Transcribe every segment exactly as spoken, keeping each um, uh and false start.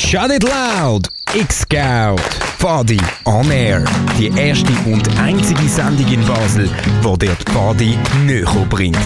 Shout It Loud! X-Scout! Pfadi on Air. Die erste und einzige Sendung in Basel, die dir die Pfadi näher bringt.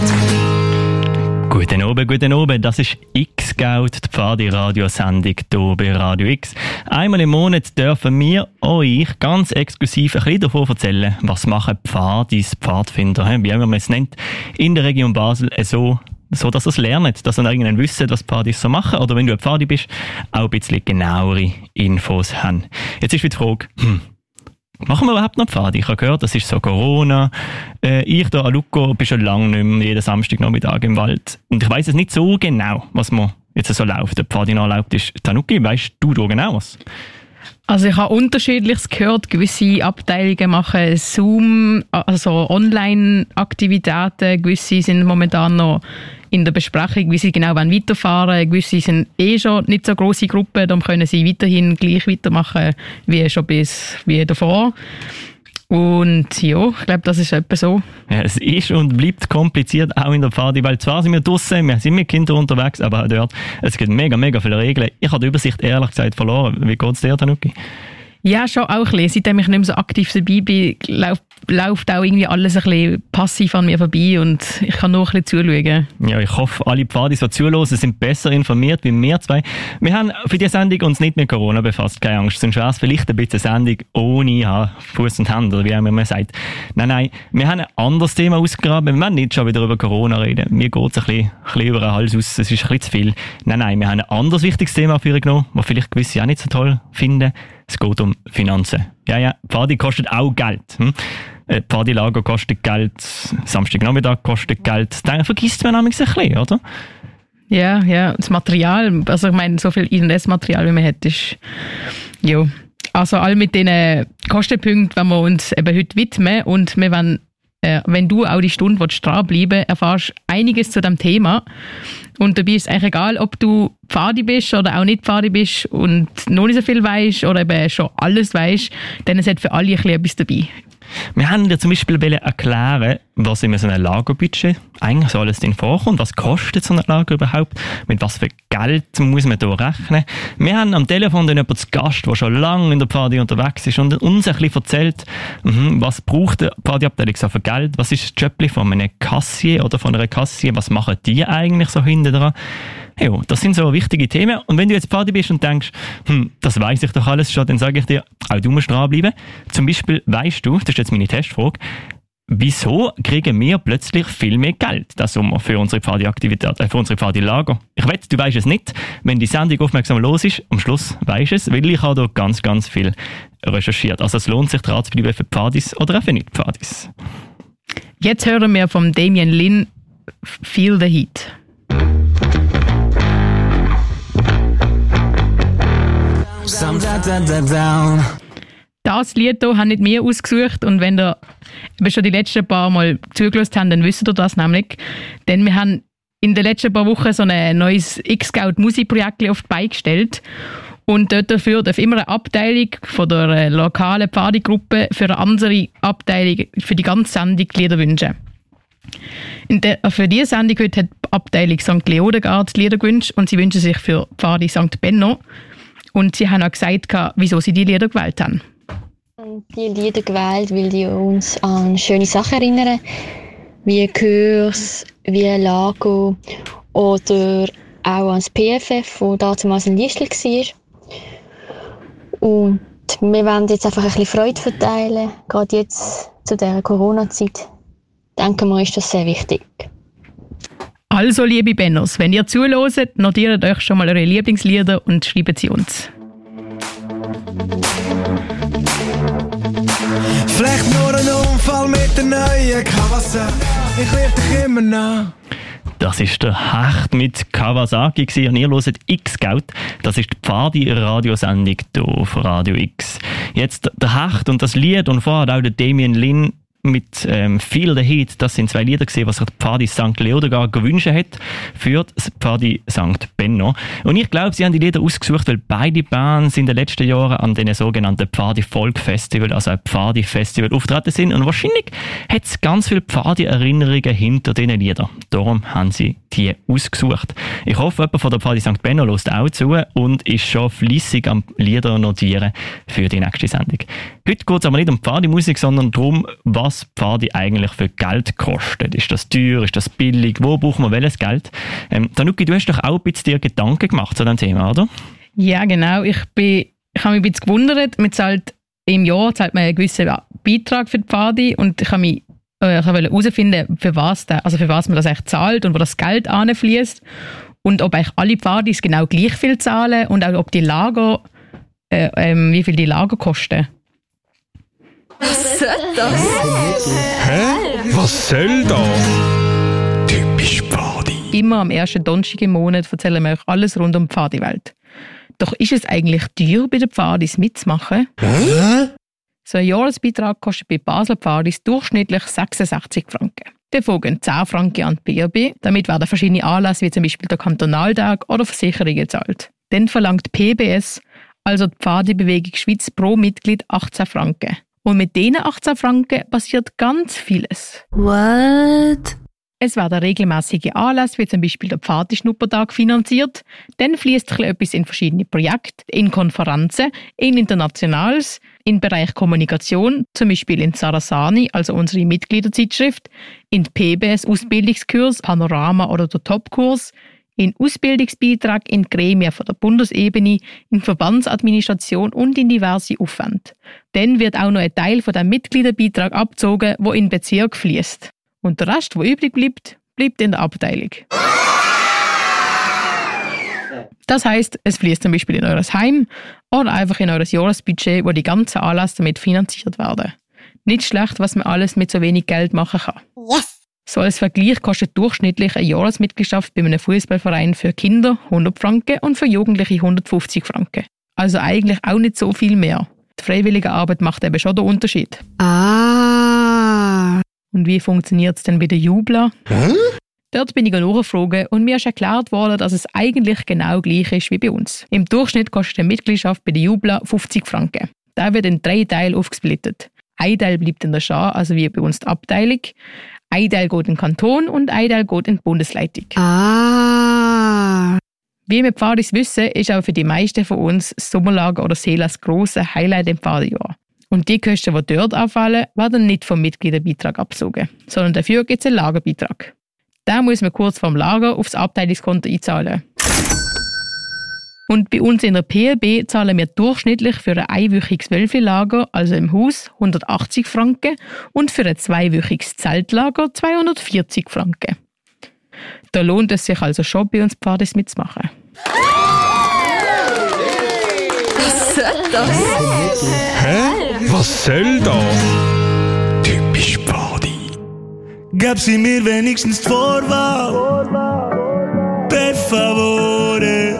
Guten Abend, guten Abend. Das ist X-Scout, die Pfadi-Radiosendung hier bei Radio X. Einmal im Monat dürfen wir euch ganz exklusiv ein bisschen davon erzählen, was machen Pfadis, Pfadfinder, wie man es nennt, in der Region Basel so, so dass ihr es lernt, dass ihr irgendwann wisst, was Pfadis so machen, oder wenn du ein Pfadi bist, auch ein bisschen genauere Infos haben. Jetzt ist die Frage, hm, machen wir überhaupt noch Pfadi? Ich habe gehört, das ist so Corona. Äh, ich hier an Lucco bin schon lange nicht mehr jeden Samstagnachmittag im Wald. Und ich weiss es nicht so genau, was man jetzt so läuft, der Pfadi noch erlaubt ist. Tanuki, weisst du da genau was? Also ich habe Unterschiedliches gehört. Gewisse Abteilungen machen Zoom, also Online-Aktivitäten. Gewisse sind momentan noch in der Besprechung, wie sie genau weiterfahren wollen. Gewisse sind eh schon nicht so grosse Gruppen, darum können sie weiterhin gleich weitermachen wie schon bis wie davor. Und ja, ich glaube, das ist etwa so. Ja, es ist und bleibt kompliziert, auch in der Pfadi, weil zwar sind wir draussen, wir sind mit Kindern unterwegs, aber auch dort, es gibt mega, mega viele Regeln. Ich habe die Übersicht ehrlich gesagt verloren. Wie geht es dir, Tanuki? Ja, schon auch ein bisschen. Seitdem ich nicht mehr so aktiv dabei bin, läuft, läuft auch irgendwie alles ein bisschen passiv an mir vorbei und ich kann nur ein bisschen zuschauen. Ja, ich hoffe, alle Pfadis, die zuhören, sind besser informiert wie wir zwei. Wir haben für diese Sendung uns nicht mit Corona befasst, keine Angst. Sonst wäre es vielleicht ein bisschen eine Sendung ohne ja, Fuß und Hand, oder wie auch immer sagt. Nein, nein, wir haben ein anderes Thema ausgegraben. Wir wollen nicht schon wieder über Corona reden. Mir geht es ein bisschen, ein bisschen über den Hals aus, es ist ein bisschen zu viel. Nein, nein, wir haben ein anderes wichtiges Thema für genommen, das vielleicht gewisse auch nicht so toll finden. Es geht um Finanzen. Ja, ja, Pfadi kostet auch Geld. Hm? Pfadi-Lager kostet Geld, Samstagnachmittag kostet Geld. Dann vergisst man nämlich ein bisschen, oder? Ja, ja, das Material, also ich meine, so viel I und S-Material, wie man hat, ist, ja. Also all mit diesen Kostenpunkten, wenn wir uns eben heute widmen und wir wollen, äh, wenn du auch die Stunde dranbleiben willst, erfährst du einiges zu diesem Thema. Und dabei ist es eigentlich egal, ob du Pfadi bist oder auch nicht Pfadi bist und noch nicht so viel weisst oder eben schon alles weisst, dann ist für alle ein bisschen etwas dabei. Wir haben dir zum Beispiel erklären, was in so einem Lagerbudget eigentlich so alles drin vorkommt, was kostet so ein Lager überhaupt, mit was für Geld muss man hier rechnen. Wir haben am Telefon dann jemanden zu Gast, der schon lange in der Pfadi unterwegs ist und uns ein bisschen erzählt, was braucht die Pfadi-Abteilung so für Geld, was ist das Job von einem Kassier oder von einer Kassier, was machen die eigentlich so hinten dran. Ja, das sind so wichtige Themen. Und wenn du jetzt Pfadi bist und denkst, hm, das weiss ich doch alles schon, dann sage ich dir, auch du musst dranbleiben. Zum Beispiel weisst du, das ist jetzt meine Testfrage, wieso kriegen wir plötzlich viel mehr Geld diesen Sommer für unsere Pfadi-Aktivität, äh, für unsere Pfadi-Lager? Ich wette, du weisst es nicht. Wenn die Sendung aufmerksam los ist, am Schluss weisst es, weil ich habe da ganz, ganz viel recherchiert. Also es lohnt sich dran zu bleiben für Pfadis oder auch für Nicht-Pfadis. Jetzt hören wir von Damien Lin «Feel the Heat». Das Lied hier haben nicht wir ausgesucht und wenn ihr schon die letzten paar Mal zugelassen habt, dann wisst ihr das nämlich. Denn wir haben in den letzten paar Wochen so ein neues X-Scout-Musikprojekt auf die Beine gestellt und dort dafür darf immer eine Abteilung von der lokalen Pfadi-Gruppe für eine andere Abteilung für die ganze Sendung die Lieder wünschen. In der, für diese Sendung heute hat die Abteilung Sankt Leodegard die Lieder gewünscht und sie wünschen sich für Pfadi Sankt Benno. Und sie haben auch gesagt, wieso sie die Lieder gewählt haben. Die Lieder gewählt, weil die uns an schöne Sachen erinnern, wie Kurs, wie Lago oder auch an das P F F, wo damals ein Liestl war. Und wir wollen jetzt einfach ein bisschen Freude verteilen, gerade jetzt zu dieser Corona-Zeit. Denken wir, ist das sehr wichtig. Also, liebe Bennos, wenn ihr zuhört, notiert euch schon mal eure Lieblingslieder und schreibt sie uns. Vielleicht nur ein Unfall mit der neuen Kawasaki. Ich liebe dich immer noch. Das war der Hecht mit Kawasaki und ihr hört X-Scout. Das ist die Pfadi-Radiosendung hier auf Radio X. Jetzt der Hecht und das Lied und vorher auch der Damien Lin mit ähm, «Feel the Heat», das sind zwei Lieder gewesen, was sich der Pfadi Sankt Leodegard gewünscht hat für das Pfadi Sankt Benno. Und ich glaube, sie haben die Lieder ausgesucht, weil beide Bands in den letzten Jahren an den sogenannten Pfadi Folk Festival, also ein Pfadi Festival, auftreten sind. Und wahrscheinlich hat es ganz viele Pfadi Erinnerungen hinter diesen Liedern. Darum haben sie die ausgesucht. Ich hoffe, jemand von der Pfadi Sankt Benno hört auch zu und ist schon fleissig am Lieder notieren für die nächste Sendung. Heute geht es aber nicht um Pfadi-Musik, sondern darum, was Pfadi eigentlich für Geld kostet. Ist das teuer? Ist das billig? Wo braucht man welches Geld? Ähm, Tanuki, du hast doch auch ein bisschen dir Gedanken gemacht zu diesem Thema, oder? Ja, genau. Ich, bin, ich habe mich ein bisschen gewundert. Man zahlt im Jahr zahlt man einen gewissen Beitrag für die Pfadi und ich habe mich äh, ich wollte herausfinden, für was, da, also für was man das eigentlich zahlt und wo das Geld anfließt und ob eigentlich alle Pfadis genau gleich viel zahlen und auch ob die Lager, äh, ähm, wie viel die Lager kosten. Was soll das? Hä? Was soll das? Typisch Pfadi. Immer am ersten Donnerstag im Monat erzählen wir euch alles rund um die Pfadi-Welt. Doch ist es eigentlich teuer, bei den Pfadis mitzumachen? Hä? So ein Jahresbeitrag kostet bei Basler Pfadis durchschnittlich sechsundsechzig Franken. Davon gehen zehn Franken an die B R B. Damit werden verschiedene Anlässe wie zum Beispiel der Kantonaltag oder Versicherungen gezahlt. Dann verlangt P B S, also die Pfadi-Bewegung Schweiz, pro Mitglied achtzehn Franken. Und mit diesen achtzehn Franken passiert ganz vieles. What? Es werden regelmäßige Anlässe, wie zum Beispiel der Pfadi-Schnuppertag, finanziert. Dann fließt etwas in verschiedene Projekte, in Konferenzen, in Internationales, in Bereich Kommunikation, zum Beispiel in Sarasani, also unsere Mitgliederzeitschrift, in P B S-Ausbildungskurs, Panorama oder der Topkurs, in Ausbildungsbeitrag in Gremien von der Bundesebene, in Verbandsadministration und in diverse Aufwände. Dann wird auch noch ein Teil von dem Mitgliederbeitrag abgezogen, der in den Bezirk fließt. Und der Rest, der übrig bleibt, bleibt in der Abteilung. Das heisst, es fließt zum Beispiel in eures Heim oder einfach in eures Jahresbudget, wo die ganzen Anlässe damit finanziert werden. Nicht schlecht, was man alles mit so wenig Geld machen kann. Yes! So als Vergleich kostet durchschnittlich eine Jahresmitgliedschaft bei einem Fußballverein für Kinder hundert Franken und für Jugendliche hundertfünfzig Franken. Also eigentlich auch nicht so viel mehr. Die freiwillige Arbeit macht eben schon den Unterschied. Ah! Und wie funktioniert es denn bei den Jublern? Hä? Dort bin ich nachgefragt und mir ist erklärt worden, dass es eigentlich genau gleich ist wie bei uns. Im Durchschnitt kostet eine Mitgliedschaft bei den Jublern fünfzig Franken. Da wird in drei Teile aufgesplittet. Ein Teil bleibt in der Schar, also wie bei uns die Abteilung. Ein Teil geht in den Kanton und ein Teil geht in die Bundesleitung. Ah! Wie wir Pfadis wissen, ist auch für die meisten von uns das Sommerlager oder Seele das grosse Highlight im Pfadijahr. Und die Kosten, die dort anfallen, werden nicht vom Mitgliederbeitrag abgezogen, sondern dafür gibt es einen Lagerbeitrag. Den muss man kurz vorm Lager aufs Abteilungskonto einzahlen. Und bei uns in der P L B zahlen wir durchschnittlich für ein einwöchiges Wölfelager, also im Haus, hundertachtzig Franken und für ein zweiwöchiges Zeltlager zweihundertvierzig Franken. Da lohnt es sich also schon, bei uns Pfadis mitzumachen. Was soll das? Hä? Was soll das? Typisch Pfadi. Gab sie mir wenigstens die Vorwahl? Per favore.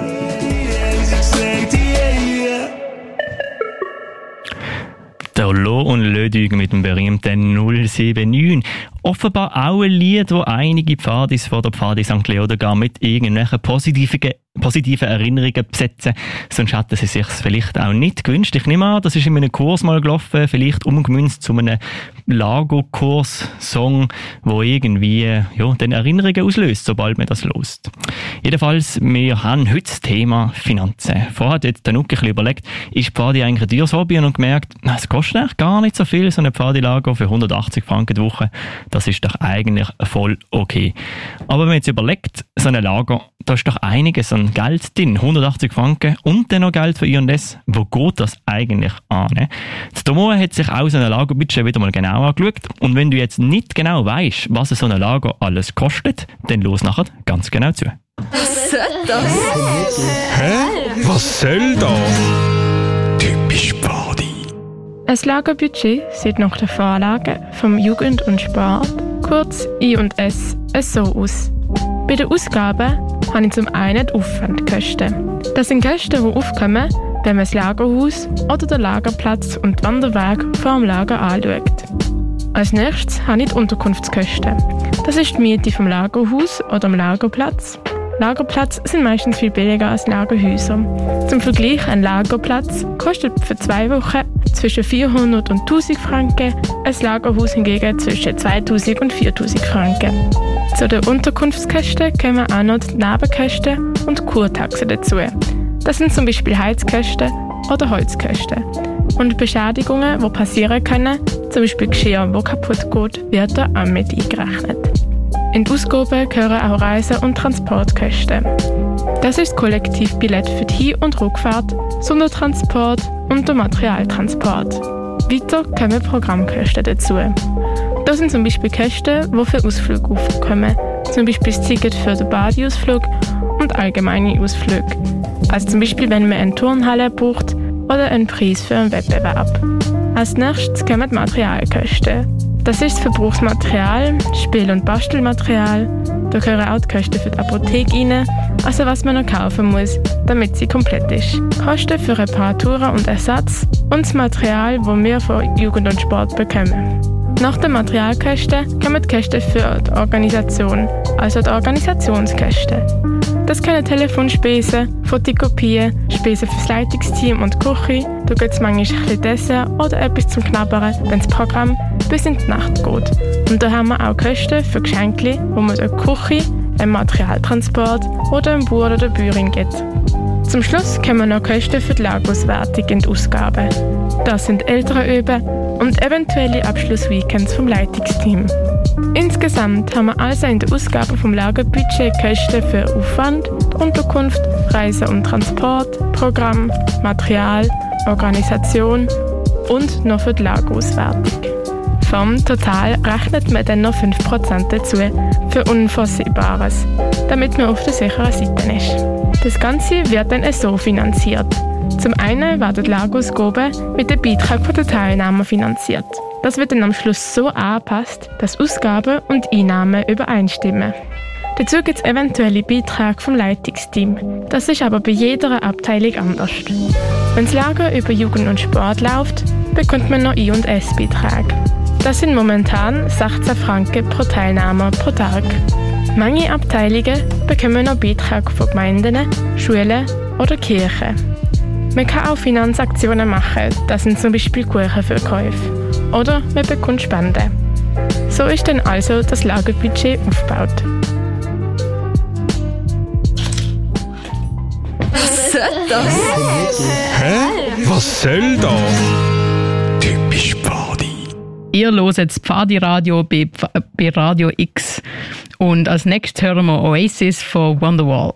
Der Lo und Lödüg mit dem berühmten null sieben neun. Offenbar auch ein Lied, das einige Pfadis von der Pfadi Sankt Leodegar mit irgendwelchen positiven, positiven Erinnerungen besetzen. Sonst hätten sie sich vielleicht auch nicht gewünscht. Ich nehme an, das ist in einem Kurs mal gelaufen, vielleicht umgemünzt zu einem Lago-Kurs-Song, wo irgendwie ja, den Erinnerungen auslöst, sobald man das lost. Jedenfalls, wir haben heute das Thema Finanzen. Vorher hat jetzt der Nuki ein bisschen überlegt, ist Pfadi eigentlich ein teures Hobby und gemerkt, es kostet eigentlich gar nicht so viel, so ein Pfadi-Lager für hundertachtzig Franken die Woche. Das ist doch eigentlich voll okay. Aber wenn man jetzt überlegt, so ein Lager, da ist doch einiges an Geld drin, hundertachtzig Franken und dann noch Geld für I und S. Wo geht das eigentlich an? Ne? Die Tomoe hat sich auch so ein Lagerbudget wieder mal genau angeschaut und wenn du jetzt nicht genau weißt, was so ein Lager alles kostet, dann los nachher ganz genau zu. Was soll das? Hä? Was soll das? Typisch Pfadi. Ein Lagerbudget sieht nach den Vorlagen vom Jugend und Sport, kurz I und S, so aus. Bei den Ausgaben habe ich zum einen die Aufwandkosten. Das sind Kosten, die aufkommen, wenn man das Lagerhaus oder den Lagerplatz und die Wanderwege vor dem Lager anschaut. Als nächstes habe ich die Unterkunftskosten. Das ist die Miete vom Lagerhaus oder dem Lagerplatz. Lagerplätze sind meistens viel billiger als Lagerhäuser. Zum Vergleich, ein Lagerplatz kostet für zwei Wochen zwischen vierhundert und tausend Franken, ein Lagerhaus hingegen zwischen zweitausend und viertausend Franken. Zu den Unterkunftskosten kommen auch noch die Nebenkosten und Kurtaxen dazu. Das sind zum Beispiel Heizkosten oder Holzkosten. Und Beschädigungen, die passieren können, zum Beispiel Geschirr, das kaputt geht, wird da auch mit eingerechnet. In die Ausgaben gehören auch Reisen- und Transportkosten. Das ist das Kollektivbillett für die Hin- und Rückfahrt, Sondertransport und der Materialtransport. Weiter kommen Programmkosten dazu. Das sind zum Beispiel Kosten, die für Ausflüge aufkommen, zum Beispiel das Ticket für den Badeausflug und allgemeine Ausflüge. Also zum Beispiel, wenn man eine Turnhalle braucht oder einen Preis für einen Wettbewerb. Als nächstes kommen die Materialkosten. Das ist das Verbrauchsmaterial, Spiel- und Bastelmaterial. Da gehören auch die Kosten für die Apotheke rein, also was man noch kaufen muss, damit sie komplett ist. Kosten für Reparaturen und Ersatz und das Material, das wir von Jugend und Sport bekommen. Nach den Materialkosten kommen die Kosten für die Organisation, also die Organisationskosten. Das können Telefonspesen, Fotokopien, Spesen für das Leitungsteam und die Küche, da gibt es manchmal ein bisschen Dessert oder etwas zum Knabbern, wenn das Programm bis in die Nacht geht. Und da haben wir auch Kosten für Geschenke, wo man eine Küche, einen Materialtransport oder einen Bauer oder Bäuerin gibt. Zum Schluss kommen noch Kosten für die Lageauswertung in die Ausgaben. Das sind Elternüben und eventuelle Abschlussweekends vom Leitungsteam. Insgesamt haben wir also in der Ausgabe vom Lagerbudget Kosten für Aufwand, Unterkunft, Reise und Transport, Programm, Material, Organisation und noch für die Lagerauswertung. Vom Total rechnet man dann noch fünf Prozent dazu für Unvorsehbares, damit man auf der sicheren Seite ist. Das Ganze wird dann so finanziert. Zum einen werden die Lagerausgaben mit dem Beitrag der Teilnehmer finanziert. Das wird dann am Schluss so angepasst, dass Ausgaben und Einnahmen übereinstimmen. Dazu gibt es eventuelle Beiträge vom Leitungsteam. Das ist aber bei jeder Abteilung anders. Wenn das Lager über Jugend und Sport läuft, bekommt man noch I- und S-Beiträge. Das sind momentan sechzehn Franken pro Teilnehmer pro Tag. Manche Abteilungen bekommen noch Beiträge von Gemeinden, Schulen oder Kirchen. Man kann auch Finanzaktionen machen, das sind zum Beispiel Kuchenverkäufe. Oder man bekommt Spenden. So ist dann also das Lagerbudget aufgebaut. Was soll das? Hä? Was soll das? Typisch Pfadi. Ihr hört das Pfadi-Radio bei, bei Radio X. Und als nächstes hören wir Oasis von Wonderwall.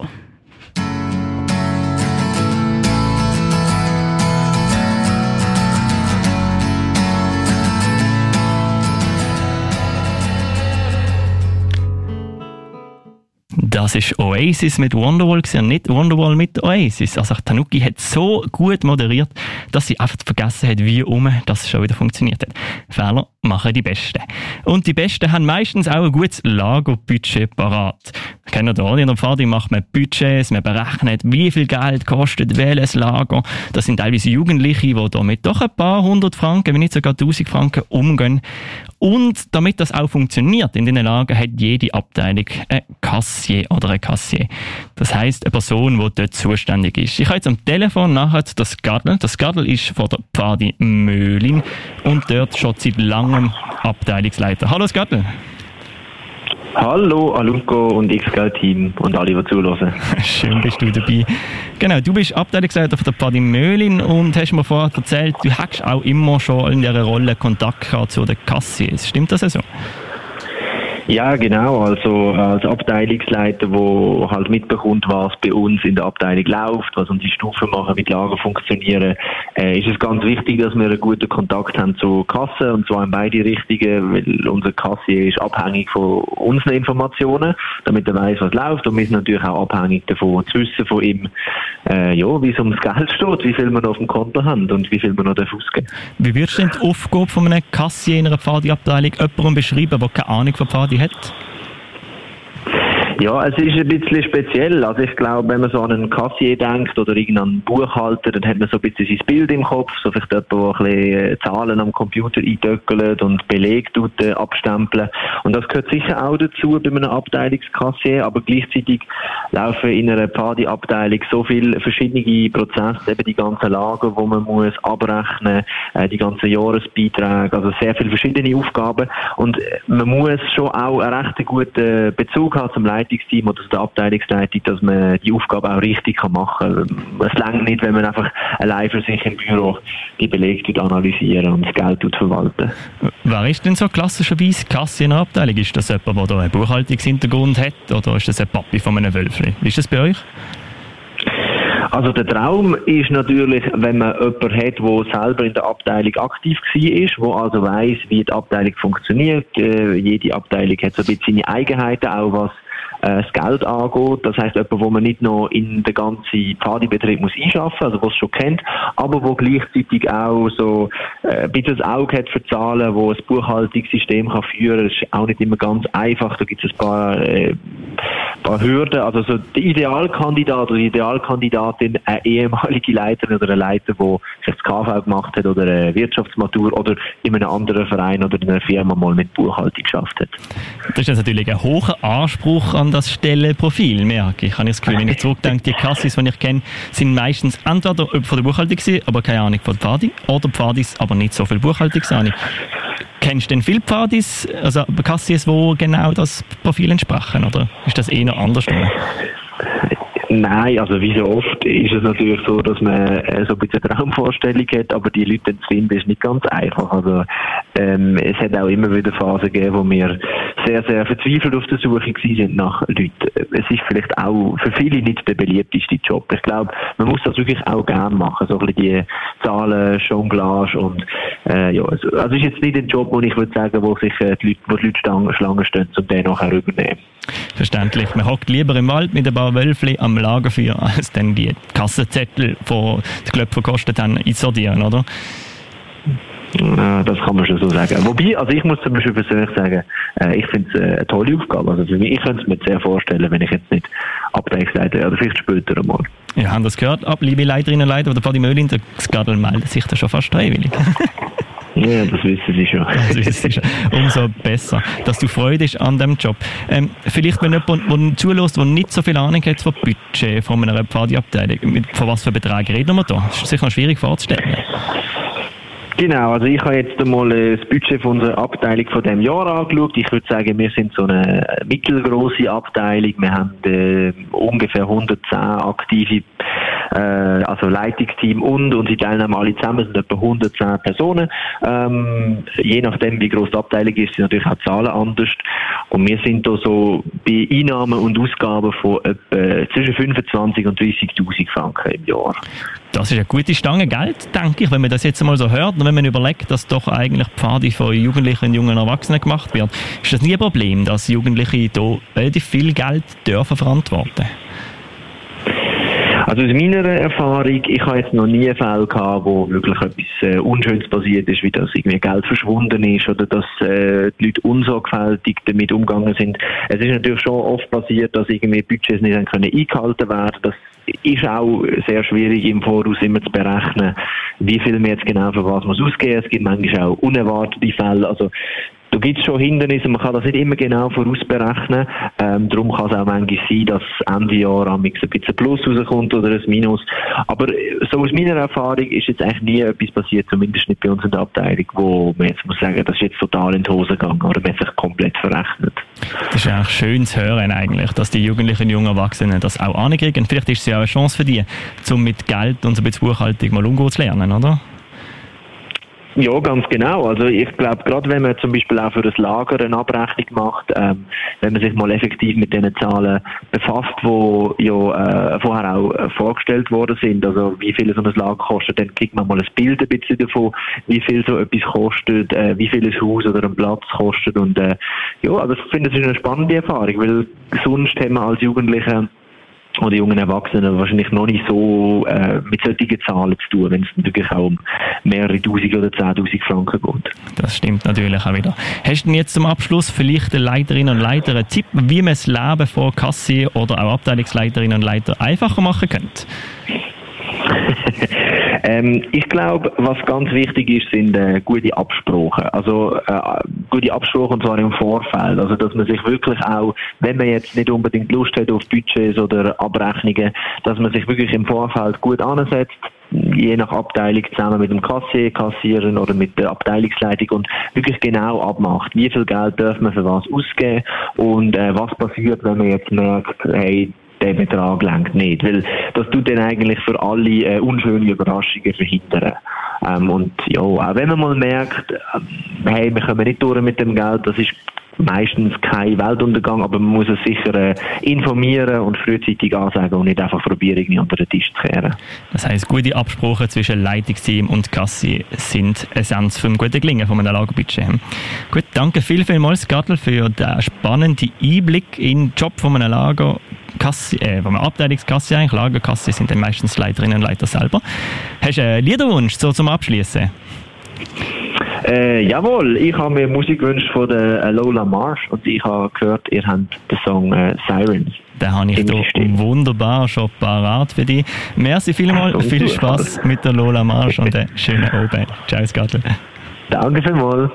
Das ist Oasis mit Wonderwall und nicht Wonderwall mit Oasis. Also Tanuki hat so gut moderiert, dass sie einfach vergessen hat, wie um das schon wieder funktioniert hat. Fehler machen die Besten. Und die Besten haben meistens auch ein gutes Lagerbudget parat. Kennt ihr da? In der Pfadi macht man Budgets, man berechnet, wie viel Geld kostet welches Lager. Das sind teilweise Jugendliche, die damit doch ein paar hundert Franken, wenn nicht sogar tausend Franken umgehen. Und damit das auch funktioniert in diesen Lagern, hat jede Abteilung ein Kassier oder ein Kassier. Das heisst, eine Person, die dort zuständig ist. Ich habe jetzt am Telefon nachher das Gadel. Das Gadel ist von der Pfadi Möhlin und dort schon seit langem Abteilungsleiter. Hallo, das Gadel. Hallo, Alunko und X G-Team und alle, die zuhören. Schön bist du dabei. Genau, du bist Abteilungsleiter von der Pfadi Möhlin und hast mir vorher erzählt, du hast auch immer schon in dieser Rolle Kontakt gehabt zu den Kassiers. Stimmt das so? Ja, genau. Also als Abteilungsleiter, der halt mitbekommt, was bei uns in der Abteilung läuft, was unsere Stufen machen, wie die Lager funktionieren, äh, ist es ganz wichtig, dass wir einen guten Kontakt haben zu Kassen, und zwar in beide Richtungen, weil unser Kassier ist abhängig von unseren Informationen, damit er weiss, was läuft, und wir sind natürlich auch abhängig davon, zu wissen von ihm, äh, ja, wie es ums Geld steht, wie viel wir noch auf dem Konto haben und wie viel wir noch ausgeben dürfen. Wie würdest du denn die Aufgabe von einem Kassier in einer Pfadi-Abteilung jemandem beschreiben, der keine Ahnung von Pfadi hat? Ja, es ist ein bisschen speziell. Also ich glaube, wenn man so an einen Kassier denkt oder irgendeinen Buchhalter, dann hat man so ein bisschen sein Bild im Kopf, so vielleicht jemand, der ein bisschen Zahlen am Computer eintöckelt und Beleg tut, äh, abstempeln. Und das gehört sicher auch dazu bei einem Abteilungskassier, aber gleichzeitig laufen in einer Pfadi-Abteilung so viele verschiedene Prozesse, eben die ganzen Lager, wo man muss abrechnen, äh, die ganzen Jahresbeiträge, also sehr viele verschiedene Aufgaben. Und man muss schon auch einen recht guten Bezug haben zum Leitungsteam oder zur Abteilungsleitung, dass man die Aufgabe auch richtig machen kann. Es reicht nicht, wenn man einfach allein für sich im Büro die Belege analysieren und das Geld verwalten. Wer ist denn so klassischerweise Kassier in einer Abteilung? Ist das jemand, der da einen Buchhaltungshintergrund hat oder ist das ein Papi von einem Wölfli? Wie ist das bei euch? Also der Traum ist natürlich, wenn man jemanden hat, der selber in der Abteilung aktiv war, der also weiss, wie die Abteilung funktioniert. Äh, jede Abteilung hat so ein bisschen seine Eigenheiten, auch was äh, das Geld angeht. Das heisst, jemand, wo man nicht noch in den ganzen Pfadi-Betrieb muss einschaffen, also was es schon kennt, aber wo gleichzeitig auch so äh, ein bisschen das Auge hat für Zahlen, wo ein Buchhaltungssystem kann führen kann. Das ist auch nicht immer ganz einfach. Da gibt es ein paar, äh, paar Hürden. Also so der Idealkandidat oder die Idealkandidatin, eine ehemalige Leiterin oder ein Leiter, der sich das K V gemacht hat oder eine Wirtschaftsmatur oder in einem anderen Verein oder in einer Firma mal mit Buchhaltung geschafft hat. Das ist natürlich ein hoher Anspruch an das Stellenprofil, merke ich. Ich habe das Gefühl, wenn ich zurückdenke, die Kassis, die ich kenne, sind meistens entweder von der Buchhaltung gewesen, aber keine Ahnung von der Pfadi, oder Pfadis, aber nicht so viel Buchhaltungsahnung. Kennst du denn viele Pfadis, also Kassis, die genau das Profil entsprechen, oder ist das eher anders? Nein, also wie so oft ist es natürlich so, dass man äh, so ein bisschen eine Traumvorstellung hat, aber die Leute zu finden ist nicht ganz einfach. Also ähm, es hat auch immer wieder Phasen gegeben, wo wir sehr, sehr verzweifelt auf der Suche sind nach Leuten. Es ist vielleicht auch für viele nicht der beliebteste Job. Ich glaube, man muss das wirklich auch gerne machen, so ein bisschen die Zahlen, Jonglage und äh, ja, also es ist jetzt nicht ein Job, wo ich würde sagen, wo sich äh, die Leute, wo die Leute Stangen, Schlangen stehen, um den nachher übernehmen. Verständlich. Man hockt lieber im Wald mit ein paar Wölfli am Lagerfeuer, als dann die Kassenzettel, die die Klöpfer gekostet haben, einsortieren, oder? Ja, das kann man schon so sagen. Wobei, also ich muss zum Beispiel persönlich sagen, äh, ich finde es äh, eine tolle Aufgabe. Also für mich, ich könnte es mir sehr vorstellen, wenn ich jetzt nicht Abteilungsleiter wäre, oder vielleicht später einmal. Ja, haben das gehört? Ab, liebe Leiterinnen und Leiter, oder Pfadi Möhlin, der Skadel meldet sich da schon fast freiwillig. Ja, das wissen Sie schon. Das wissen Sie schon. Umso besser, dass du Freude hast an diesem Job. Ähm, vielleicht, wenn jemand, der zulässt, der nicht so viel Ahnung hat vom Budget von einer Pfadi-Abteilung, von was für Beträgen reden wir da? Das ist sicher noch schwierig vorzustellen. Genau, also ich habe jetzt einmal das Budget von unserer Abteilung von diesem Jahr angeschaut. Ich würde sagen, wir sind so eine mittelgroße Abteilung. Wir haben äh, ungefähr hundertzehn aktive äh, also Leitungsteam und unsere Teilnehmer alle zusammen sind etwa hundertzehn Personen. Ähm, je nachdem, wie groß die Abteilung ist, sind natürlich auch Zahlen anders. Und wir sind da so bei Einnahmen und Ausgaben von etwa zwischen fünfundzwanzig und dreißigtausend Franken im Jahr. Das ist eine gute Stange Geld, denke ich, wenn man das jetzt mal so hört und wenn man überlegt, dass doch eigentlich Pfadi von Jugendlichen und jungen Erwachsenen gemacht wird. Ist das nie ein Problem, dass Jugendliche hier relativ viel Geld dürfen verantworten? Also aus meiner Erfahrung, ich habe jetzt noch nie Fälle gehabt, wo wirklich etwas äh, Unschönes passiert ist, wie dass irgendwie Geld verschwunden ist oder dass äh, die Leute unsorgfältig damit umgegangen sind. Es ist natürlich schon oft passiert, dass irgendwie Budgets nicht dann können eingehalten werden. Das ist auch sehr schwierig im Voraus immer zu berechnen, wie viel man jetzt genau für was muss ausgeben. Es gibt manchmal auch unerwartete Fälle. Also da gibt es schon Hindernisse, man kann das nicht immer genau vorausberechnen. Ähm, darum kann es auch manchmal sein, dass Ende Jahr ein bisschen ein Plus rauskommt oder ein Minus. Aber so aus meiner Erfahrung ist jetzt eigentlich nie etwas passiert, zumindest nicht bei uns in der Abteilung, wo man jetzt muss sagen, das ist jetzt total in die Hose gegangen oder man hat sich komplett verrechnet. Das ist eigentlich schön zu hören eigentlich, dass die Jugendlichen und jungen Erwachsenen das auch ankriegen. Vielleicht ist es ja auch eine Chance für die, um mit Geld und so ein bisschen Buchhaltung mal umgehen zu lernen, oder? Ja, ganz genau. Also ich glaube, gerade wenn man zum Beispiel auch für das Lager eine Abrechnung macht, ähm, wenn man sich mal effektiv mit diesen Zahlen befasst, die ja äh, vorher auch äh, vorgestellt worden sind, also wie viel so ein Lager kostet, dann kriegt man mal ein Bild ein bisschen davon, wie viel so etwas kostet, äh, wie viel ein Haus oder ein Platz kostet und äh, ja, also ich finde, das ist eine spannende Erfahrung, weil sonst haben wir als Jugendliche oder jungen Erwachsenen wahrscheinlich noch nicht so äh, mit solchen Zahlen zu tun, wenn es natürlich auch um mehrere Tausend oder zehntausend Franken geht. Das stimmt natürlich auch wieder. Hast du denn jetzt zum Abschluss vielleicht den Leiterinnen und Leitern einen Tipp, wie man das Leben von Kassi oder auch Abteilungsleiterinnen und Leitern einfacher machen könnte? ähm, ich glaube, was ganz wichtig ist, sind äh, gute Absprachen. Also äh, gute Absprachen und zwar im Vorfeld. Also dass man sich wirklich auch, wenn man jetzt nicht unbedingt Lust hat auf Budgets oder Abrechnungen, dass man sich wirklich im Vorfeld gut ansetzt, je nach Abteilung zusammen mit dem Kassier, Kassierer oder mit der Abteilungsleitung und wirklich genau abmacht, wie viel Geld darf man für was ausgeben und äh, was passiert, wenn man jetzt merkt, hey, der Betrag lenkt nicht, weil das tut dann eigentlich für alle äh, unschöne Überraschungen verhindern. Ähm, und ja, auch wenn man mal merkt, äh, hey, wir kommen nicht durch mit dem Geld, das ist meistens kein Weltuntergang, aber man muss es sicher äh, informieren und frühzeitig ansagen und nicht einfach probieren, irgendwie unter den Tisch zu kehren. Das heisst, gute Absprachen zwischen Leitungsteam und Kassi sind Essenz für ein gutes Gelingen von einem Lagerbudget. Gut, danke viel, vielmals, Gadl, für den spannenden Einblick in den Job von einem Lager. Kassi, äh, von einer Abteilungskassi eigentlich, Lagerkassi sind dann meistens Leiterinnen und Leiter selber. Hast du einen Liederwunsch so zum Abschließen? Äh, jawohl, ich habe mir Musik gewünscht von der äh, Lola Marsh und ich habe gehört, ihr habt den Song äh, Sirens. Den habe ich hier wunderbar schon parat für dich. Merci vielmals, viel Spaß mit der Lola Marsh und einen schönen Abend. Ciao, Skatl. Danke vielmals.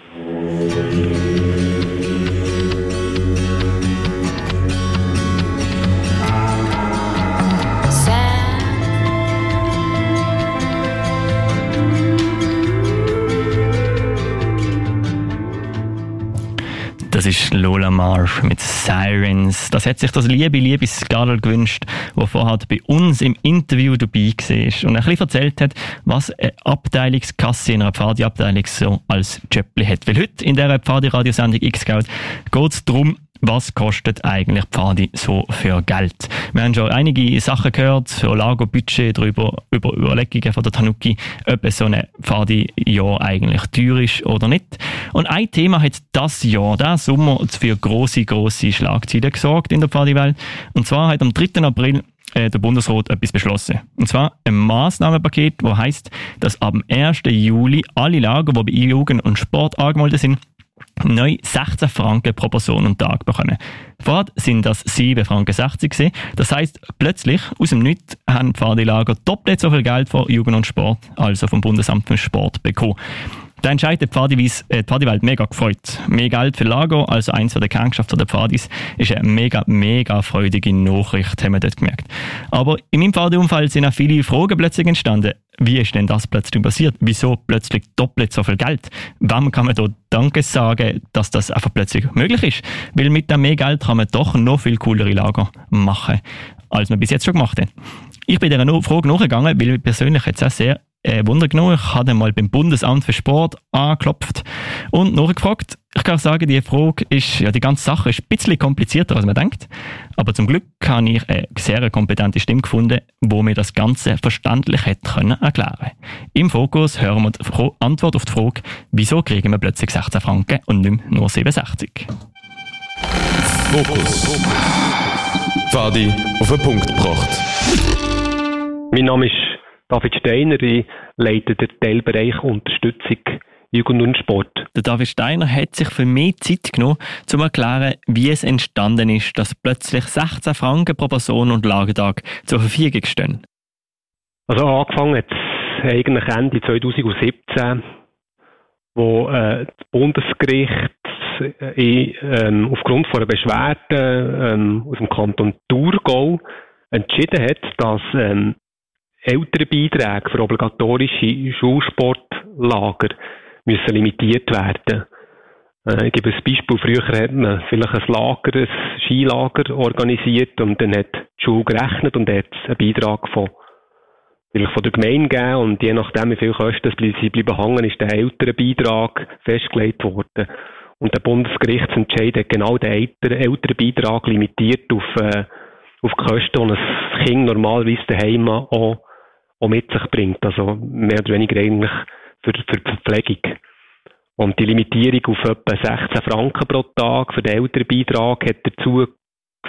Das ist Lola Marsh mit Sirens. Das hat sich das liebe, liebe Skadl gewünscht, der vorher bei uns im Interview dabei war und ein bisschen erzählt hat, was eine Abteilungskasse in einer Pfadi-Abteilung so als Jöppli hat. Weil heute in dieser Pfadi-Radiosendung X-Scout geht es darum, was kostet eigentlich Pfadi so für Geld? Wir haben schon einige Sachen gehört, für Lagerbudget, darüber, über Überlegungen von der Tanuki, ob so ein Pfadi-Jahr eigentlich teuer ist oder nicht. Und ein Thema hat das Jahr, diesen Sommer, für grosse, grosse Schlagzeilen gesorgt in der Pfadi-Welt. Und zwar hat am dritten April äh, der Bundesrat etwas beschlossen. Und zwar ein Massnahmenpaket, das heisst, dass ab dem ersten Juli alle Lager, die bei Jugend und Sport angemeldet sind, neu sechzehn Franken pro Person und Tag bekommen. Vorher sind das sieben Franken sechzig gewesen. Das heisst, plötzlich, aus dem Nichts, haben die Pfadilager doppelt so viel Geld von Jugend und Sport, also vom Bundesamt für Sport, bekommen. Der Entscheid hat die Pfadi-Welt mega gefreut. Mehr Geld für Lager, also eins der Kerngeschäfte der Pfadis, ist eine mega, mega freudige Nachricht, haben wir dort gemerkt. Aber in meinem Pfadi-Umfeld sind auch viele Fragen plötzlich entstanden. Wie ist denn das plötzlich passiert? Wieso plötzlich doppelt so viel Geld? Wem kann man da Danke sagen, dass das einfach plötzlich möglich ist? Weil mit dem mehr Geld kann man doch noch viel coolere Lager machen, als man bis jetzt schon gemacht hat. Ich bin dieser Frage nachgegangen, weil mich persönlich jetzt auch sehr Äh, Wunder genug, ich habe mal beim Bundesamt für Sport angeklopft und nachgefragt. Ich kann sagen, die Frage ist, ja, die ganze Sache ist ein bisschen komplizierter, als man denkt. Aber zum Glück habe ich eine sehr kompetente Stimme gefunden, die mir das Ganze verständlich hätte können erklären. Im Fokus hören wir die Antwort auf die Frage, wieso kriegen wir plötzlich sechzehn Franken und nicht nur siebenundsechzig? Fokus. Pfadi auf den Punkt gebracht. Mein Name ist David Steiner, ich leite den Teilbereich Unterstützung Jugend und Sport. Der David Steiner hat sich für mehr Zeit genommen, um zu erklären, wie es entstanden ist, dass plötzlich sechzehn Franken pro Person und Lagertag zur Verfügung stehen. Also angefangen hat es eigentlich Ende zwanzig siebzehn, wo äh, das Bundesgericht äh, ähm, aufgrund von einer Beschwerde ähm, aus dem Kanton Thurgau entschieden hat, dass ähm, Elternbeiträge für obligatorische Schulsportlager müssen limitiert werden. Äh, ich gebe ein Beispiel. Früher hat man vielleicht ein Lager, ein Skilager organisiert und dann hat die Schule gerechnet und hat einen Beitrag von, vielleicht von der Gemeinde gegeben und je nachdem, wie viel Kosten sie bleiben hängen, ist der Elternbeitrag festgelegt worden. Und der Bundesgerichtsentscheid hat genau den Elternbeitrag limitiert auf, äh, auf die Kosten, die ein Kind normalerweise daheim auch auch mit sich bringt, also mehr oder weniger eigentlich für, für die Verpflegung. Und die Limitierung auf etwa sechzehn Franken pro Tag für den Elternbeitrag hat dazu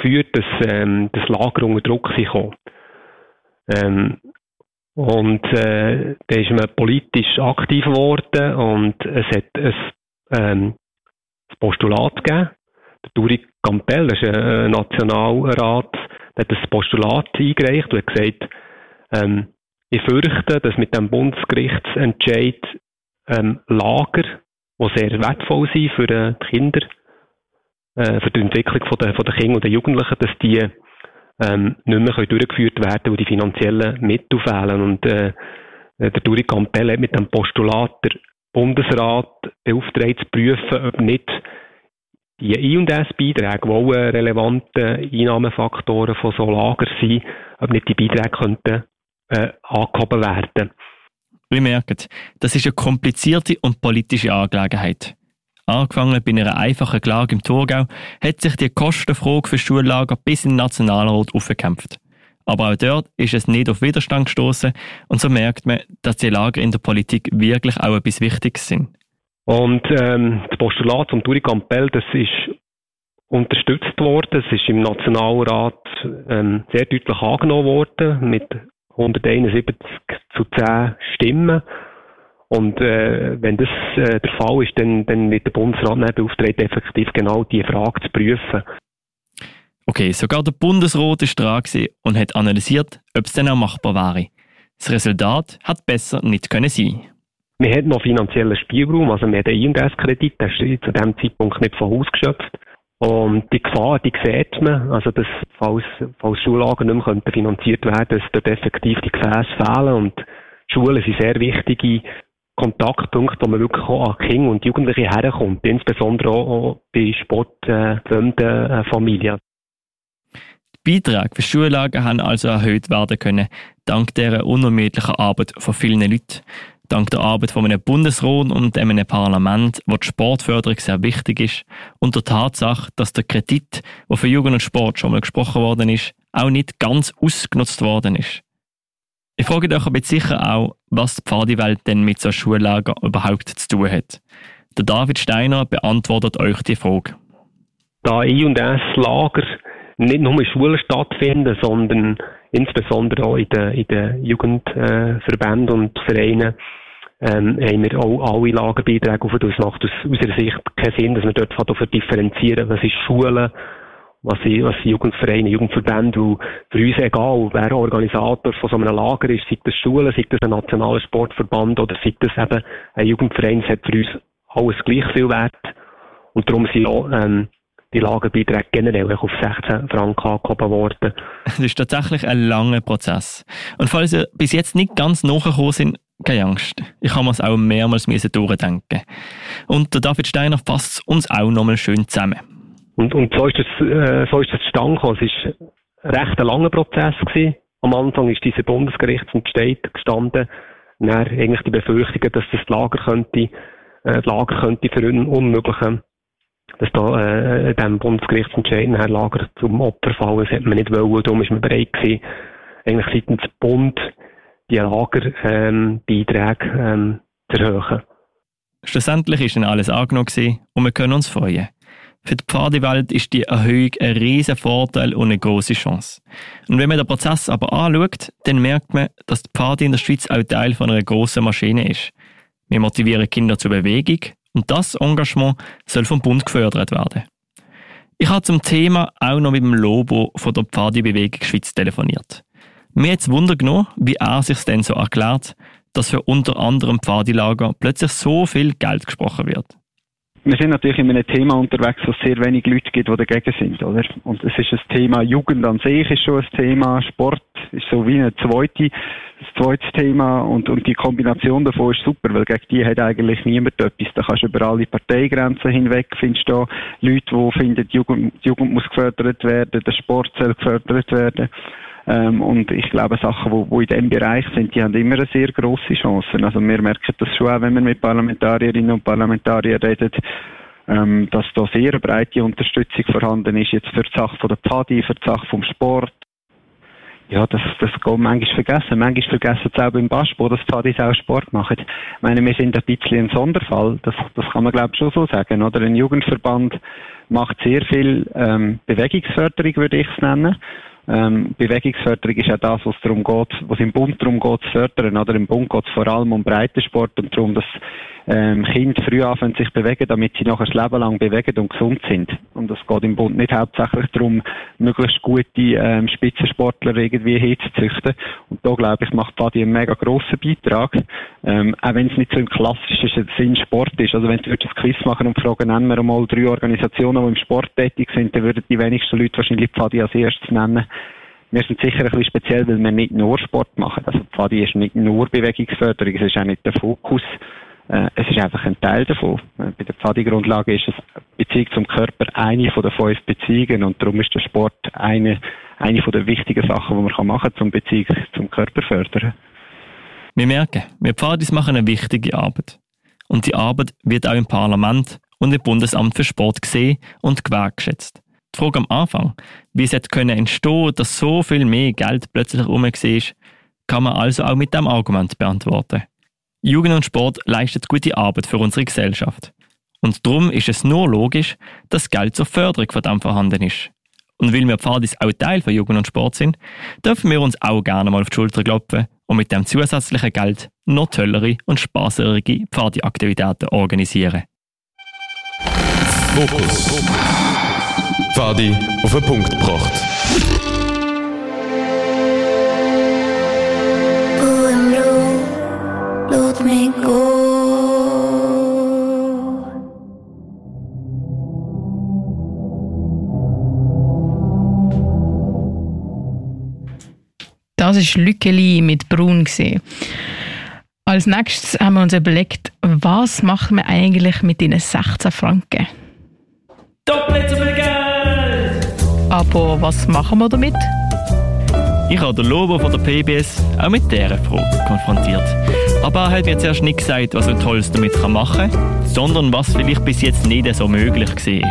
geführt, dass ähm, das Lager unter Druck kam. Ähm, und äh, da ist man politisch aktiv geworden und es hat ein, ähm, ein Postulat gegeben. Der Duri Campbell, das ist ein Nationalrat, der hat das Postulat eingereicht und hat gesagt, ähm, ich fürchte, dass mit dem Bundesgerichtsentscheid ähm, Lager, die sehr wertvoll sind für äh, die Kinder, äh, für die Entwicklung von der, von der Kinder und der Jugendlichen, dass die ähm, nicht mehr durchgeführt werden können, weil die finanziellen Mittel fehlen. Und äh, der Duri Campbell hat mit dem Postulat der Bundesrat beauftragt zu prüfen, ob nicht die I und S-Beiträge, die auch relevante Einnahmefaktoren von so Lagern sind, ob nicht die Beiträge könnten äh, angehoben werden. Wir merken, das ist eine komplizierte und politische Angelegenheit. Angefangen bei einer einfachen Klage im Thurgau, hat sich die Kostenfrage für Schullager bis in den Nationalrat aufgekämpft. Aber auch dort ist es nicht auf Widerstand gestoßen und so merkt man, dass die Lager in der Politik wirklich auch etwas Wichtiges sind. Und ähm, das Postulat vom Duri Campbell, das ist unterstützt worden. Es ist im Nationalrat ähm, sehr deutlich angenommen worden mit hunderteinundsiebzig zu zehn Stimmen. Und äh, wenn das äh, der Fall ist, dann, dann wird der Bundesrat nicht beauftragt, effektiv genau diese Frage zu prüfen. Okay, sogar der Bundesrat war dran und hat analysiert, ob es denn auch machbar wäre. Das Resultat hat besser nicht können sein. Wir hatten noch finanziellen Spielraum, also wir haben den I und S-Kredit, der ist zu diesem Zeitpunkt nicht von Haus geschöpft. Und die Gefahr, die sieht man, also dass, falls, falls Schullager nicht mehr finanziert werden können, dass dort effektiv die Gefäße fehlen. Und die Schulen sind sehr wichtige Kontaktpunkte, wo man wirklich auch an Kinder und Jugendliche herkommt, insbesondere auch bei sportfremden äh, Familien. Die Beiträge für Schullager haben also erhöht werden können, dank dieser unermüdlichen Arbeit von vielen Leuten. Dank der Arbeit von einem Bundesrat und einem Parlament, wo die Sportförderung sehr wichtig ist, und der Tatsache, dass der Kredit, der für Jugend und Sport schon mal gesprochen worden ist, auch nicht ganz ausgenutzt worden ist. Ich frage euch aber sicher auch, was die Pfadi-Welt denn mit so einem Schullager überhaupt zu tun hat. Der David Steiner beantwortet euch die Frage. Da I und S-Lager nicht nur in Schulen stattfinden, sondern insbesondere auch in den, in den Jugendverbänden äh, und Vereinen, ähm, haben wir auch alle Lagerbeiträge auf. Es macht aus unserer Sicht keinen Sinn, dass wir dort davon differenzieren, was ist Schulen, was sind, was sind Jugendvereine, Jugendverbände. Und für uns egal, wer Organisator von so einem Lager ist, sei das Schulen, sei das ein nationaler Sportverband oder sei das eben ein Jugendverein, das hat für uns alles gleich viel Wert. Und darum sind auch ähm, die Lagerbeiträge generell auf sechzehn Franken angehoben worden. Es ist tatsächlich ein langer Prozess. Und falls ihr bis jetzt nicht ganz nachgekommen sind, keine Angst. Ich habe mir es auch mehrmals durchdenken. Und der David Steiner fasst es uns auch nochmal schön zusammen. Und, und so ist das, äh, so ist das zustande gekommen. Es war ein recht langer Prozess gewesen. Am Anfang ist dieser Bundesgerichtsentscheid gestanden. Dann eigentlich die Befürchtungen, dass das Lager könnte, äh, das Lager könnte verunmöglichen, dass da äh, dem Bundesgerichtsentscheid nachher Lager zum Opfer fallen. Das hat man nicht wollen. Darum ist man bereit gewesen, eigentlich seitens Bund die Lagerbeiträge ähm, ähm, zu erhöhen. Schlussendlich ist dann alles angenommen gewesen und wir können uns freuen. Für die Pfadi-Welt ist die Erhöhung ein riesen Vorteil und eine grosse Chance. Und wenn man den Prozess aber anschaut, dann merkt man, dass die Pfadi in der Schweiz auch Teil von einer grossen Maschine ist. Wir motivieren Kinder zur Bewegung und das Engagement soll vom Bund gefördert werden. Ich habe zum Thema auch noch mit dem Lobo von der Pfadi-Bewegung Schweiz telefoniert. Mir hat es Wunder genommen, wie er sich denn so erklärt, dass für unter anderem Pfadi-Lager plötzlich so viel Geld gesprochen wird. Wir sind natürlich in einem Thema unterwegs, wo es sehr wenig Leute gibt, die dagegen sind, oder? Und es ist ein Thema, Jugend an sich ist schon ein Thema, Sport ist so wie eine zweite, ein zweites Thema und, und die Kombination davon ist super, weil gegen die hat eigentlich niemand etwas. Da kannst du über alle Parteigrenzen hinweg, findest du Leute, die finden, die Jugend, die Jugend muss gefördert werden, der Sport soll gefördert werden. Ähm, und ich glaube, Sachen, die, die in diesem Bereich sind, die haben immer eine sehr grosse Chance. Also wir merken das schon auch, wenn wir mit Parlamentarierinnen und Parlamentariern reden, ähm, dass da sehr eine breite Unterstützung vorhanden ist, jetzt für die Sache von der Pfadi, für die Sache vom Sport. ja, das, das geht manchmal vergessen. Manchmal vergessen es auch beim Basketball, dass die Pfadis auch Sport machen. Ich meine, wir sind ein bisschen ein Sonderfall. Das, das kann man, glaube ich, schon so sagen, oder? Ein Jugendverband macht sehr viel ähm, Bewegungsförderung, würde ich es nennen. Ähm, Bewegungsförderung ist auch das, was darum geht, was im Bund darum geht, zu fördern, oder? Im Bund geht es vor allem um Breitensport und darum, dass ähm, Kinder früh anfangen sich bewegen, damit sie nachher das Leben lang bewegen und gesund sind. Und es geht im Bund nicht hauptsächlich darum, möglichst gute ähm, Spitzensportler irgendwie hinzuzüchten. Und da, glaube ich, macht Pfadi einen mega grossen Beitrag, ähm, auch wenn es nicht so im klassischen Sinn Sport ist. Also wenn du ein Quiz machen und fragen, nennen wir einmal drei Organisationen, die im Sport tätig sind, dann würden die wenigsten Leute wahrscheinlich Pfadi als erstes nennen. Wir sind sicher ein bisschen speziell, weil wir nicht nur Sport machen. Also Pfadi ist nicht nur Bewegungsförderung, es ist auch nicht der Fokus. Äh, es ist einfach ein Teil davon. Bei der Pfadi-Grundlage ist es Beziehung zum Körper eine von den fünf Beziehungen und darum ist der Sport eine, eine von den wichtigen Sachen, die man machen kann, um Beziehung zum Körper zu fördern. Wir merken, wir Pfadis machen eine wichtige Arbeit. Und die Arbeit wird auch im Parlament und im Bundesamt für Sport gesehen und gewertschätzt. Die Frage am Anfang, wie es hätte können entstehen, dass so viel mehr Geld plötzlich rum war, kann man also auch mit diesem Argument beantworten. Jugend und Sport leistet gute Arbeit für unsere Gesellschaft. Und darum ist es nur logisch, dass Geld zur Förderung von dem vorhanden ist. Und weil wir Pfadis auch Teil von Jugend und Sport sind, dürfen wir uns auch gerne mal auf die Schulter klopfen und mit dem zusätzlichen Geld noch tollere und spaßigere Pfadi-Aktivitäten organisieren. Fokus. Pfadi auf den Punkt gebracht. Let me go. Das war Lückeli mit Brun. Als nächstes haben wir uns überlegt, was machen wir eigentlich mit diesen sechzehn Franken? Doppelt so viel Geld! Aber was machen wir damit? Ich habe den Lobo von der P B S auch mit dieser Frage konfrontiert. Aber er hat mir zuerst nicht gesagt, was er Tolles damit machen kann, sondern was vielleicht bis jetzt nicht so möglich war.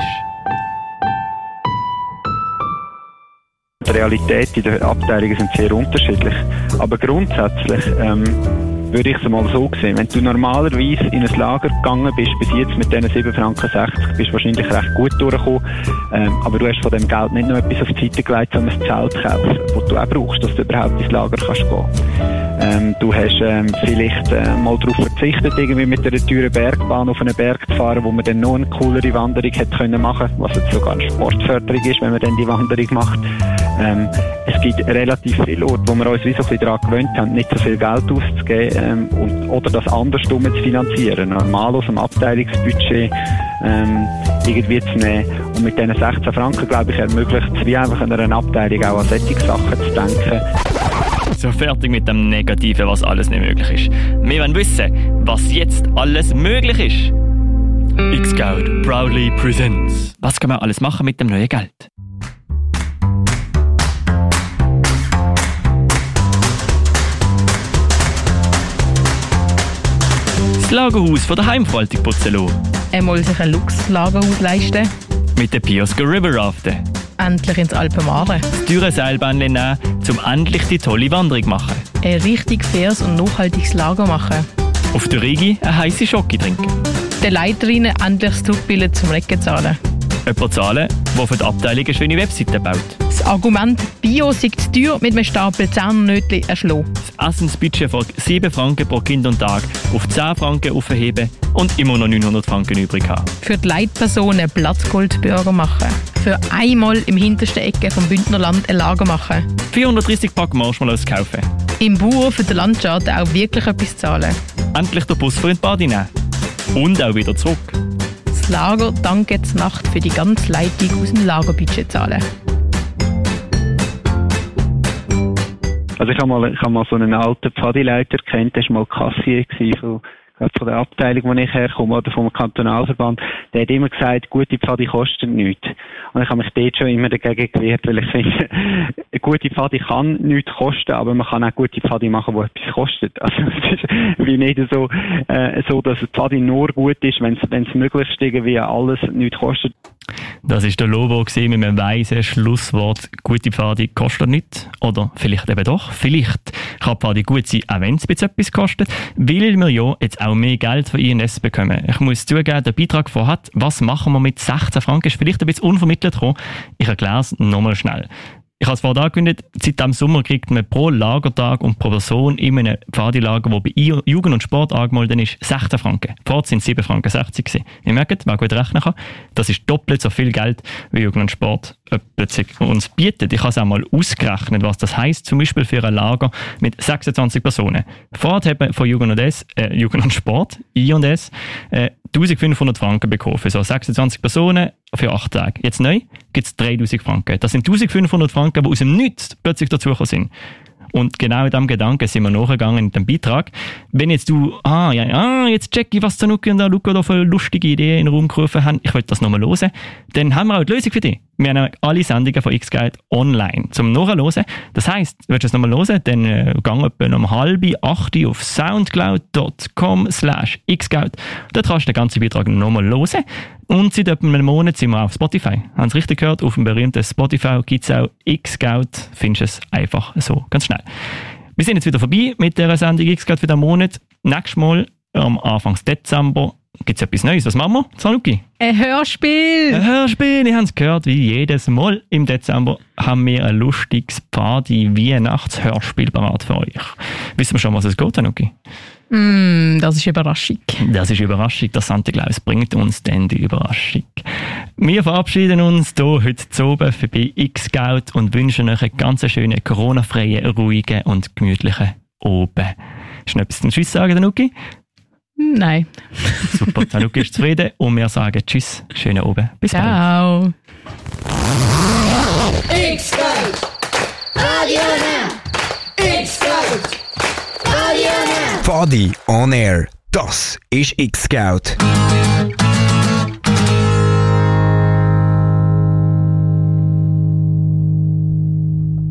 Die Realität in den Abteilungen sind sehr unterschiedlich. Aber grundsätzlich ähm, würde ich es mal so sehen. Wenn du normalerweise in ein Lager gegangen bist, bis jetzt mit diesen sieben Franken sechzig, bist du wahrscheinlich recht gut durchgekommen. Ähm, aber du hast von dem Geld nicht nur etwas auf die Seite gelegt, sondern ein Zelt kaufen, das du auch brauchst, dass du überhaupt ins Lager kannst gehen. Ähm, du hast ähm, vielleicht äh, mal darauf verzichtet, irgendwie mit einer teuren Bergbahn auf einen Berg zu fahren, wo man dann noch eine coolere Wanderung hätte können machen, was jetzt sogar eine Sportförderung ist, wenn man dann die Wanderung macht. Ähm, es gibt relativ viele Orte, wo wir uns wie so ein bisschen daran gewöhnt haben, nicht so viel Geld auszugeben ähm, und, oder das andersrum zu finanzieren. Normal aus dem Abteilungsbudget ähm, irgendwie zu nehmen. Und mit diesen sechzehn Franken, glaube ich, ermöglicht es wie einfach in einer Abteilung auch an solche Sachen zu denken. So, fertig mit dem Negativen, was alles nicht möglich ist. Wir wollen wissen, was jetzt alles möglich ist. X-Scout proudly presents. Was kann man alles machen mit dem neuen Geld? Das Lagerhaus von der Heimverwaltung putzen lassen. Einmal sich ein Lux-Lagerhaus leisten. Mit der Piosco River raften. Endlich ins Alpenmare. Das teure Seilbändchen nehmen, um endlich die tolle Wanderung zu machen. Ein richtig faires und nachhaltiges Lager machen. Auf der Rigi eine heisse Schoki trinken. Den Leiterinnen endlich das Zugbillett zum Recken zahlen. Jemand zahlen, der für die Abteilung eine schöne Webseite baut. Das Argument Bio sei zu teuer mit einem Stapel Zehnnötchen erschlagen. Das Essensbudget von sieben Franken pro Kind und Tag auf zehn Franken aufheben und immer noch neunhundert Franken übrig haben. Für die Leitpersonen Platzgoldburger machen. Für einmal im hintersten Ecke vom Bündnerland ein Lager machen. vierhundertdreissig Pack Marshmallows kaufen. Im Bauer für den Landschaften auch wirklich etwas zahlen. Endlich den Bus für in die Badi nehmen. Und auch wieder zurück. Das Lager dank jetzt Nacht für die ganze Leitung aus dem Lagerbudget zahlen. Also ich habe mal, ich habe mal so einen alten Pfadileiter kennt, der war mal Kassier von, von der Abteilung, wo ich herkomme, oder vom Kantonalverband. Der hat immer gesagt, gute Pfadi kosten nichts. Und ich habe mich dort schon immer dagegen gewehrt, weil ich finde, eine gute Pfadi kann nichts kosten, aber man kann auch gute Pfadi machen, die etwas kostet. Also es ist wie nicht so, äh, so dass eine Pfadi nur gut ist, wenn es möglichst irgendwie alles nichts kostet. Das war der Lobo mit einem weisen Schlusswort. Gute Pfade kostet nichts. Oder vielleicht eben doch. Vielleicht kann Pfade gut sein, auch wenn es etwas kostet. Weil wir ja jetzt auch mehr Geld von I N S bekommen. Ich muss zugeben, der Beitrag vorhin hat, was machen wir mit sechzehn Franken, ist vielleicht ein bisschen unvermittelt gekommen. Ich erkläre es nochmal schnell. Ich habe es vorhin angekündigt, seit diesem Sommer kriegt man pro Lagertag und pro Person in einem Pfadilager, das bei Jugend und Sport angemeldet ist, sechzehn Franken. Vorher sind es sieben Franken sechzig gewesen. Ihr merkt, wer gut rechnen kann, das ist doppelt so viel Geld, wie Jugend und Sport plötzlich uns bietet. Ich habe es auch mal ausgerechnet, was das heisst, zum Beispiel für ein Lager mit sechsundzwanzig Personen. Vorher haben von Jugend und, S, äh, Jugend und Sport, I und S, äh, eintausendfünfhundert Franken bekommen für so sechsundzwanzig Personen für acht Tage. Jetzt neu gibt es dreitausend Franken. Das sind eintausendfünfhundert Franken, die aus dem Nichts plötzlich dazugekommen sind. Und genau in diesem Gedanken sind wir nachgegangen in dem Beitrag. Wenn jetzt du, ah, ja, ah, jetzt check ich, was Zanuki und der Luca da für lustige Ideen in den Raum gerufen haben, ich will das nochmal hören, dann haben wir auch die Lösung für dich. Wir haben alle Sendungen von X-Guide online zum Nachhören. Das heisst, willst du es nochmal hören, dann äh, gang etwa um halb acht auf soundcloud dot com slash xguide. Dort kannst du den ganzen Beitrag nochmal hören. Und seit etwa einem Monat sind wir auf Spotify. Haben Sie richtig gehört? Auf dem berühmten Spotify gibt es auch X-Guide. Findest du es einfach so, ganz schnell. Wir sind jetzt wieder vorbei mit dieser Sendung X-Guide für den Monat. Nächstes Mal, am Anfang Dezember, gibt es etwas Neues. Was machen wir, Zanuki? Ein Hörspiel! Ein Hörspiel, ihr habt es gehört, wie jedes Mal im Dezember haben wir ein lustiges Party-Weihnachts-Hörspiel parat für euch. Wissen wir schon, was es geht, Zanuki? Mm, das ist Überraschung. Das ist Überraschung. Der Santa Claus bringt uns dann die Überraschung. Wir verabschieden uns hier heute zu oben bei X-Scout und wünschen euch einen ganz schönen, Corona-freien, ruhigen und gemütlichen Oben. Hast du noch etwas zum Tschüss sagen, Tanuki? Nein. Super, Tanuki ist zufrieden und wir sagen Tschüss, schönen Oben. Bis bald. Ciao. X-Scout, Radio Now. X-Scout, Radio Now. Pfadi on Air, das ist X-Scout.